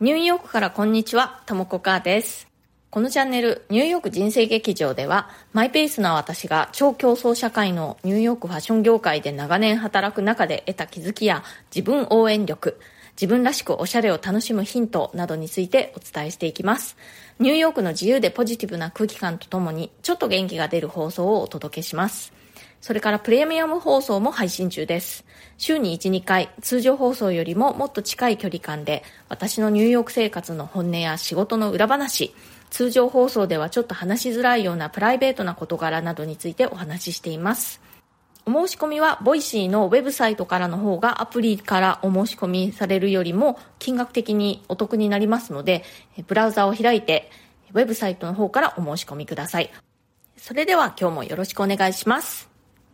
ニューヨークからこんにちは、ともこかーです。このチャンネル、ニューヨーク人生劇場では、マイペースな私が超競争社会のニューヨークファッション業界で長年働く中で得た気づきや自分応援力、自分らしくおしゃれを楽しむヒントなどについてお伝えしていきます。ニューヨークの自由でポジティブな空気感とともに、ちょっと元気が出る放送をお届けします。それからプレミアム放送も配信中です。週に1、2回、通常放送よりももっと近い距離感で、私のニューヨーク生活の本音や仕事の裏話、通常放送ではちょっと話しづらいようなプライベートな事柄などについてお話ししています。お申し込みはボイシーのウェブサイトからの方がアプリからお申し込みされるよりも金額的にお得になりますので、ブラウザを開いてウェブサイトの方からお申し込みください。それでは今日もよろしくお願いします。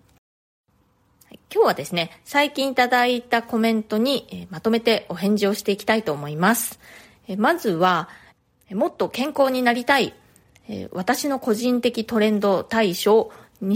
今日はですね、最近いただいたコメントにまとめてお返事をしていきたいと思います。まずは、もっと健康になりたい、私の個人的トレンド大賞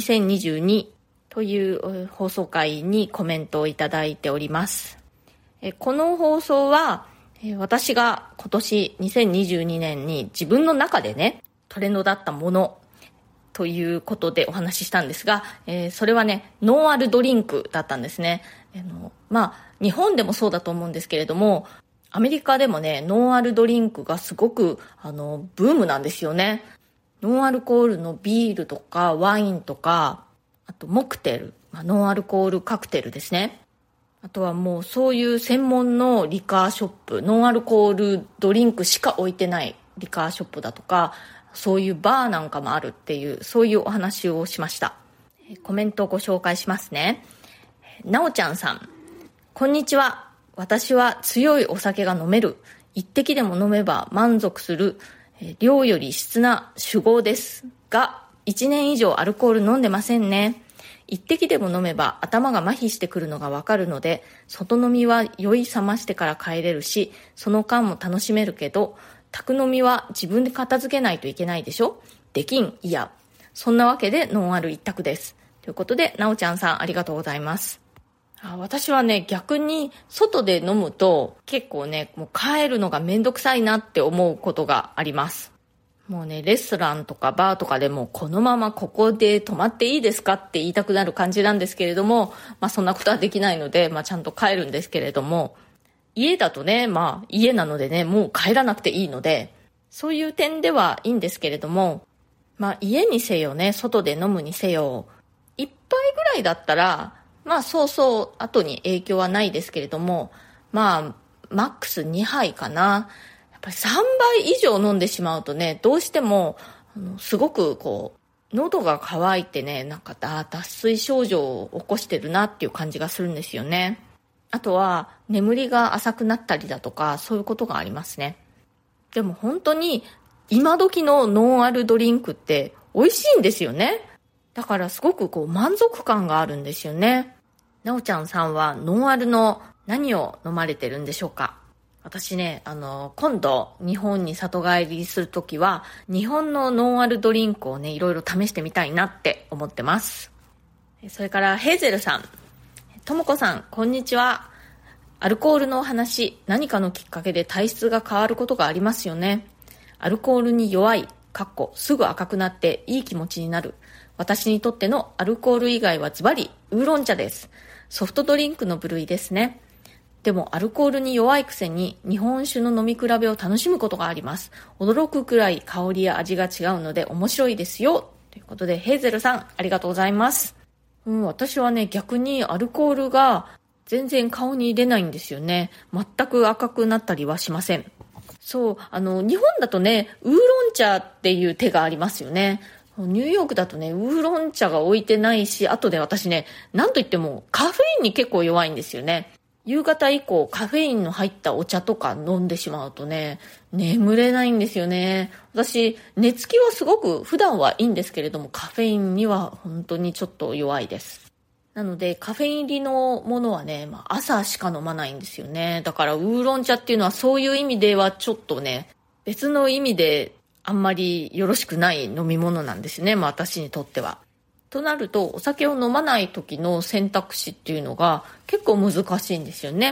2022という放送回にコメントをいただいております。この放送は、私が今年2022年に自分の中でね、トレンドだったものということでお話ししたんですが、それはね、ノンアルドリンクだったんですね。日本でもそうだと思うんですけれども、アメリカでもね、ノンアルドリンクがすごくブームなんですよね。ノンアルコールのビールとかワインとか、あとモクテル、ノンアルコールカクテルですね。あとはもうそういう専門のリカーショップ、ノンアルコールドリンクしか置いてないリカーショップだとか、そういうバーなんかもあるっていう、そういうお話をしました。コメントをご紹介しますね。なおちゃんさん、こんにちは。私は強いお酒が飲める。一滴でも飲めば満足する。量より質な酒豪ですが、1年以上アルコール飲んでませんね。一滴でも飲めば頭が麻痺してくるのがわかるので、外飲みは酔い覚ましてから帰れるし、その間も楽しめるけど、宅飲みは自分で片付けないといけないでしょ。できん、いや。そんなわけでノンアル一択です。ということで、なおちゃんさんありがとうございます。私はね、逆に外で飲むと結構ね、もう帰るのがめんどくさいなって思うことがあります。もうね、レストランとかバーとかでもこのままここで泊まっていいですかって言いたくなる感じなんですけれども、そんなことはできないので、ちゃんと帰るんですけれども、家だとね、家なのでね、もう帰らなくていいので、そういう点ではいいんですけれども、家にせよね、外で飲むにせよ、一杯ぐらいだったら、そうそう後に影響はないですけれども、マックス2杯かな。やっぱり3杯以上飲んでしまうとね、どうしても、すごく喉が渇いてね、脱水症状を起こしてるなっていう感じがするんですよね。あとは眠りが浅くなったりだとか、そういうことがありますね。でも本当に今時のノンアルドリンクって美味しいんですよね。だからすごく満足感があるんですよね。なおちゃんさんはノンアルの何を飲まれてるんでしょうか？私ね、今度日本に里帰りするときは日本のノンアルドリンクをね、いろいろ試してみたいなって思ってます。それからヘーゼルさん、ともこさん、こんにちは。アルコールのお話、何かのきっかけで体質が変わることがありますよね。アルコールに弱い、すぐ赤くなっていい気持ちになる。私にとってのアルコール以外はズバリウーロン茶です。ソフトドリンクの部類ですね。でもアルコールに弱いくせに日本酒の飲み比べを楽しむことがあります。驚くくらい香りや味が違うので面白いですよ。ということでヘーゼルさん、ありがとうございます。私はね、逆にアルコールが全然顔に出ないんですよね。全く赤くなったりはしません。そう、日本だとね、ウーロン茶っていう手がありますよね。ニューヨークだとね、ウーロン茶が置いてないし、あとで私ね、なんといってもカフェインに結構弱いんですよね。夕方以降カフェインの入ったお茶とか飲んでしまうとね、眠れないんですよね。私、寝つきはすごく普段はいいんですけれども、カフェインには本当にちょっと弱いです。なのでカフェイン入りのものはね、朝しか飲まないんですよね。だからウーロン茶っていうのはそういう意味ではちょっとね、別の意味であんまりよろしくない飲み物なんですね。私にとっては。となると、お酒を飲まない時の選択肢っていうのが結構難しいんですよね。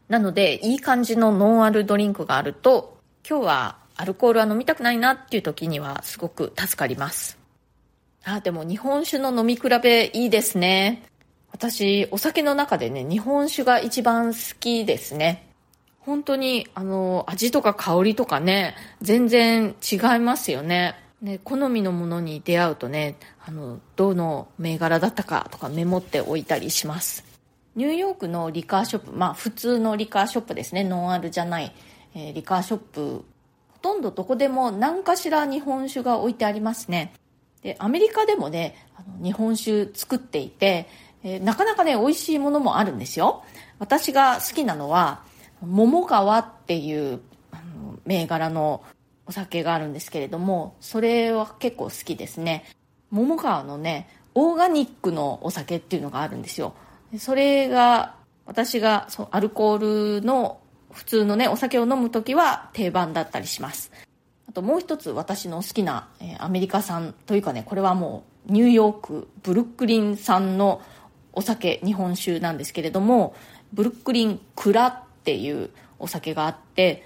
なので、いい感じのノンアルドリンクがあると、今日はアルコールは飲みたくないなっていう時にはすごく助かります。でも日本酒の飲み比べいいですね。私、お酒の中でね、日本酒が一番好きですね。本当に味とか香りとかね、全然違いますよね。好みのものに出会うとね、どの銘柄だったかとかメモっておいたりします。ニューヨークのリカーショップ、普通のリカーショップですね、ノンアルじゃない、リカーショップ、ほとんどどこでも何かしら日本酒が置いてありますね。で、アメリカでもね、日本酒作っていて、なかなかね、美味しいものもあるんですよ。私が好きなのは、桃川っていう銘柄のお酒があるんですけれども、それは結構好きですね。桃川のね、オーガニックのお酒っていうのがあるんですよ。それが私がアルコールの普通のね、お酒を飲むときは定番だったりします。あともう一つ私の好きな、アメリカ産というかね、これはもうニューヨークブルックリン産のお酒、日本酒なんですけれども、ブルックリンクラっていうお酒があって、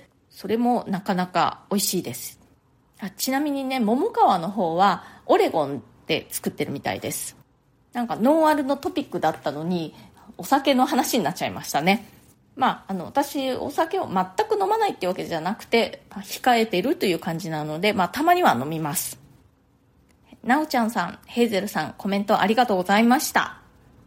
それもなかなか美味しいです。ちなみにね、桃川の方はオレゴンで作ってるみたいです。なんかノンアルのトピックだったのにお酒の話になっちゃいましたね。私お酒を全く飲まないっていうわけじゃなくて、控えてるという感じなので、たまには飲みます。なおちゃんさん、ヘイゼルさん、コメントありがとうございました。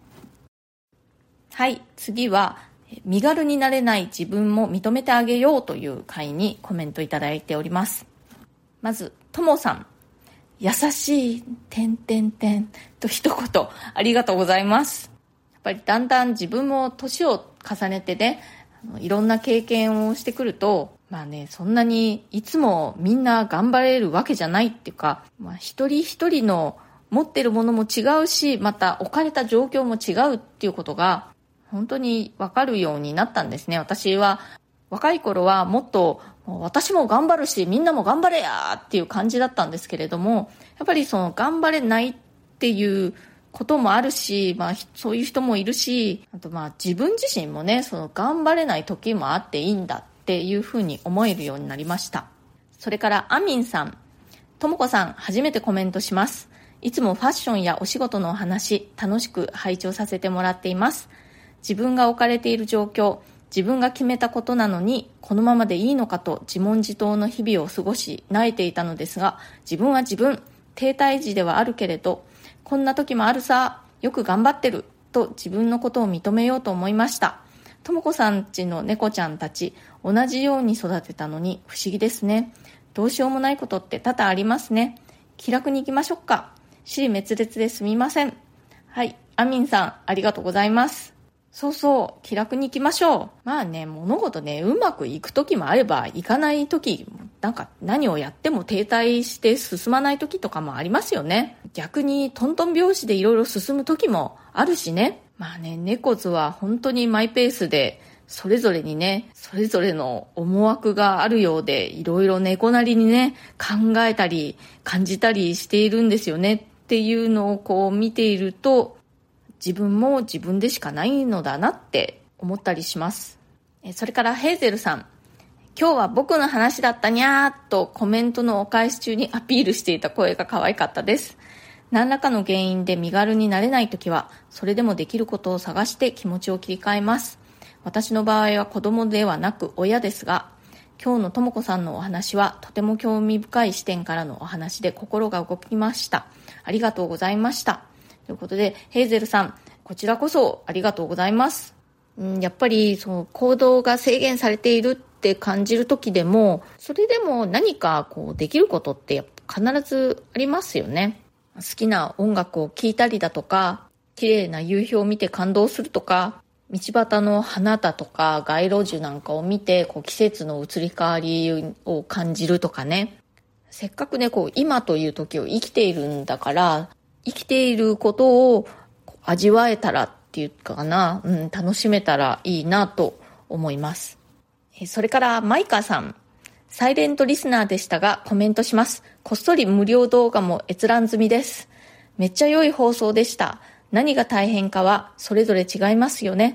はい、次は身軽になれない自分も認めてあげようという回にコメントいただいております。まずともさん、優しいと一言ありがとうございます。やっぱりだんだん自分も年を重ねてね、いろんな経験をしてくると、そんなにいつもみんな頑張れるわけじゃないっていうか、一人一人の持ってるものも違うし、また置かれた状況も違うっていうことが本当に分かるようになったんですね。私は若い頃はもっと私も頑張るしみんなも頑張れやっていう感じだったんですけれども、やっぱりその頑張れないっていうこともあるし、そういう人もいるし、あと自分自身もね、その頑張れない時もあっていいんだっていうふうに思えるようになりました。それからアミンさん、ともこさん、初めてコメントします。いつもファッションやお仕事のお話、楽しく拝聴させてもらっています。自分が置かれている状況、自分が決めたことなのにこのままでいいのかと自問自答の日々を過ごし萎えていたのですが、自分は自分、停滞時ではあるけれどこんな時もあるさ、よく頑張ってると自分のことを認めようと思いました。ともこさんちの猫ちゃんたち、同じように育てたのに不思議ですね。どうしようもないことって多々ありますね。気楽に行きましょうか。支離滅裂ですみません。はい、アミンさん、ありがとうございます。そうそう、気楽に行きましょう。物事ね、うまくいく時もあればいかない時、何をやっても停滞して進まない時とかもありますよね。逆にトントン拍子でいろいろ進む時もあるしね。猫図は本当にマイペースで、それぞれにね、それぞれの思惑があるようで、いろいろ猫なりにね、考えたり感じたりしているんですよねっていうのを見ていると、自分も自分でしかないのだなって思ったりします。それからヘイゼルさん、今日は僕の話だったにゃーっとコメントのお返し中にアピールしていた声が可愛かったです。何らかの原因で身軽になれないときは、それでもできることを探して気持ちを切り替えます。私の場合は子供ではなく親ですが、今日のともこさんのお話はとても興味深い視点からのお話で心が動きました。ありがとうございました。ということで、ヘイゼルさん、こちらこそありがとうございます。やっぱり行動が制限されているって感じる時でも、それでも何かできることって必ずありますよね。好きな音楽を聴いたりだとか、綺麗な夕日を見て感動するとか、道端の花だとか街路樹なんかを見て季節の移り変わりを感じるとかね。せっかくね今という時を生きているんだから、生きていることを味わえたらっていうかな、楽しめたらいいなと思います。それからマイカさん、サイレントリスナーでしたがコメントします。こっそり無料動画も閲覧済みです。めっちゃ良い放送でした。何が大変かはそれぞれ違いますよね。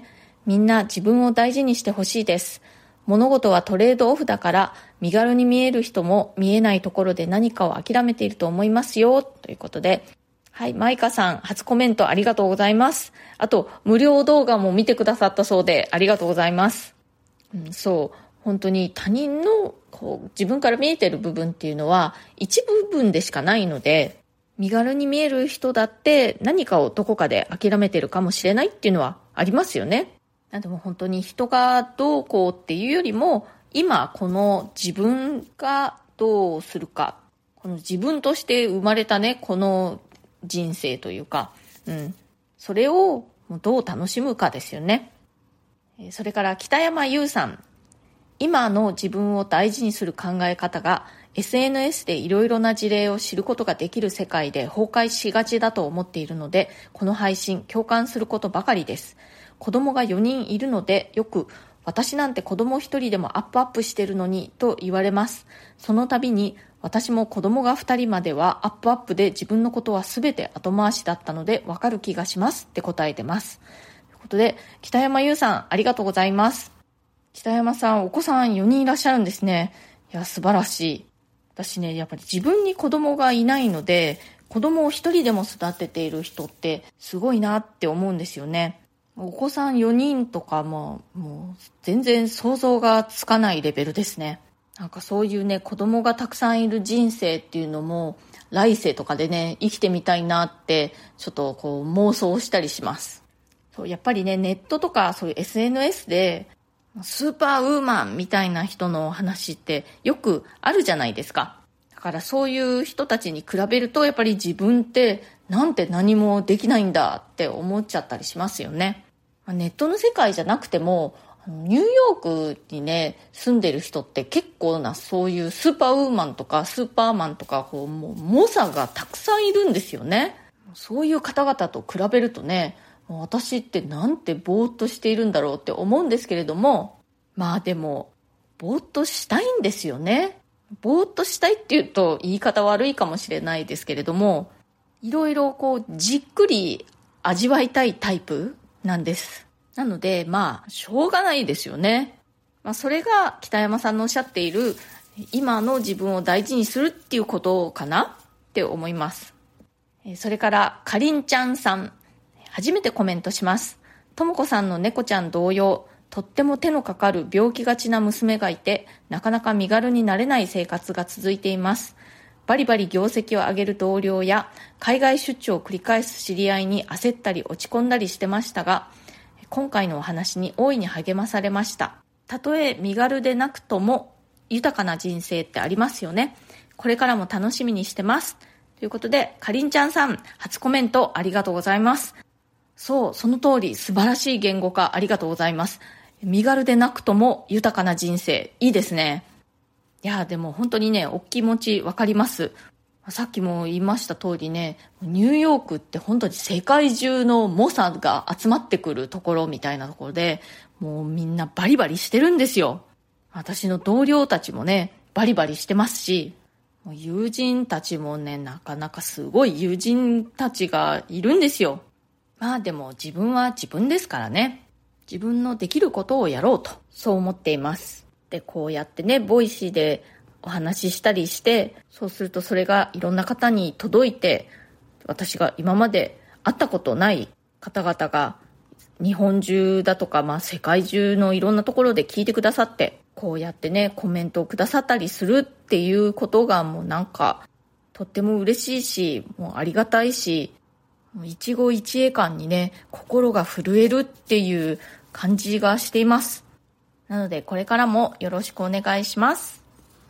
みんな自分を大事にしてほしいです。物事はトレードオフだから身軽に見える人も見えないところで何かを諦めていると思いますよということで、はい、マイカさん初コメントありがとうございます。あと無料動画も見てくださったそうでありがとうございます。そう本当に他人の自分から見えてる部分っていうのは一部分でしかないので、身軽に見える人だって何かをどこかで諦めてるかもしれないっていうのはありますよね。でも本当に人がどうこうっていうよりも、今この自分がどうするか、この自分として生まれたね、この人生というか、それをどう楽しむかですよね。それから北山優さん、今の自分を大事にする考え方が SNS でいろいろな事例を知ることができる世界で崩壊しがちだと思っているので、この配信共感することばかりです。子供が4人いるので、よく私なんて子供1人でもアップしてるのにと言われます。その度に私も子供が2人まではアップで自分のことは全て後回しだったのでわかる気がしますって答えてます。ということで北山優さんありがとうございます。北山さんお子さん4人いらっしゃるんですね。いや素晴らしい。私ねやっぱり自分に子供がいないので、子供を1人でも育てている人ってすごいなって思うんですよね。お子さん4人とかもう全然想像がつかないレベルですね。なんかそういうね子供がたくさんいる人生っていうのも来世とかでね生きてみたいなってちょっと妄想したりします。そうやっぱりねネットとかそういう SNS でスーパーウーマンみたいな人の話ってよくあるじゃないですか。だからそういう人たちに比べるとやっぱり自分ってなんて何もできないんだって思っちゃったりしますよね。ネットの世界じゃなくてもニューヨークにね住んでる人って結構なそういうスーパーウーマンとかスーパーマンとかもう猛者がたくさんいるんですよね。そういう方々と比べるとね、私ってなんてぼーっとしているんだろうって思うんですけれども、でもぼーっとしたいんですよね。ぼーっとしたいって言うと言い方悪いかもしれないですけれども、いろいろじっくり味わいたいタイプなんです。なのでしょうがないですよね。それが北山さんのおっしゃっている今の自分を大事にするっていうことかなって思います。それからかりんちゃんさん、初めてコメントします。ともこさんの猫ちゃん同様、とっても手のかかる病気がちな娘がいて、なかなか身軽になれない生活が続いています。バリバリ業績を上げる同僚や海外出張を繰り返す知り合いに焦ったり落ち込んだりしてましたが、今回のお話に大いに励まされました。たとえ身軽でなくとも豊かな人生ってありますよね。これからも楽しみにしてます。ということで、かりんちゃんさん、初コメントありがとうございます。そう、その通り素晴らしい言語化ありがとうございます。身軽でなくとも豊かな人生、いいですね。いや、でも本当にね、お気持ちわかります。さっきも言いました通りね、ニューヨークって本当に世界中の猛者が集まってくるところみたいなところで、もうみんなバリバリしてるんですよ。私の同僚たちもね、バリバリしてますし、友人たちもね、なかなかすごい友人たちがいるんですよ。でも自分は自分ですからね。自分のできることをやろうと、そう思っています。で、こうやってね、ボイシーでお話ししたりして、そうするとそれがいろんな方に届いて、私が今まで会ったことない方々が日本中だとか、世界中のいろんなところで聞いてくださって、こうやってねコメントをくださったりするっていうことがもうなんかとっても嬉しいし、もうありがたいし、一期一会感にね心が震えるっていう感じがしています。なのでこれからもよろしくお願いします。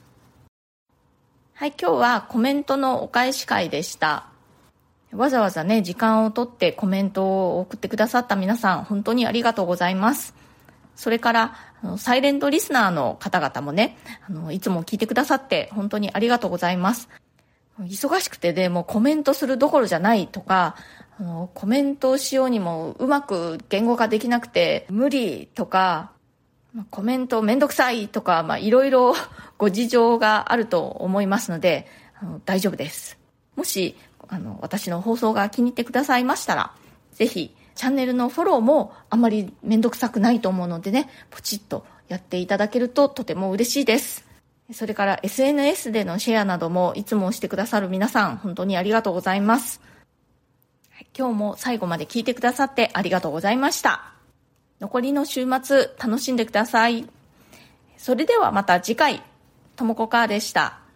はい、今日はコメントのお返し会でした。わざわざね時間をとってコメントを送ってくださった皆さん、本当にありがとうございます。それからサイレントリスナーの方々もね、いつも聞いてくださって本当にありがとうございます。忙しくてもうコメントするどころじゃないとか、コメントをしようにもうまく言語化できなくて無理とか、コメントめんどくさいとか、いろいろご事情があると思いますので、大丈夫です。もし私の放送が気に入ってくださいましたら、ぜひチャンネルのフォローもあんまりめんどくさくないと思うのでね、ポチッとやっていただけるととても嬉しいです。それから SNS でのシェアなどもいつもしてくださる皆さん、本当にありがとうございます。今日も最後まで聞いてくださってありがとうございました。残りの週末楽しんでください。それではまた次回、ともこかーでした。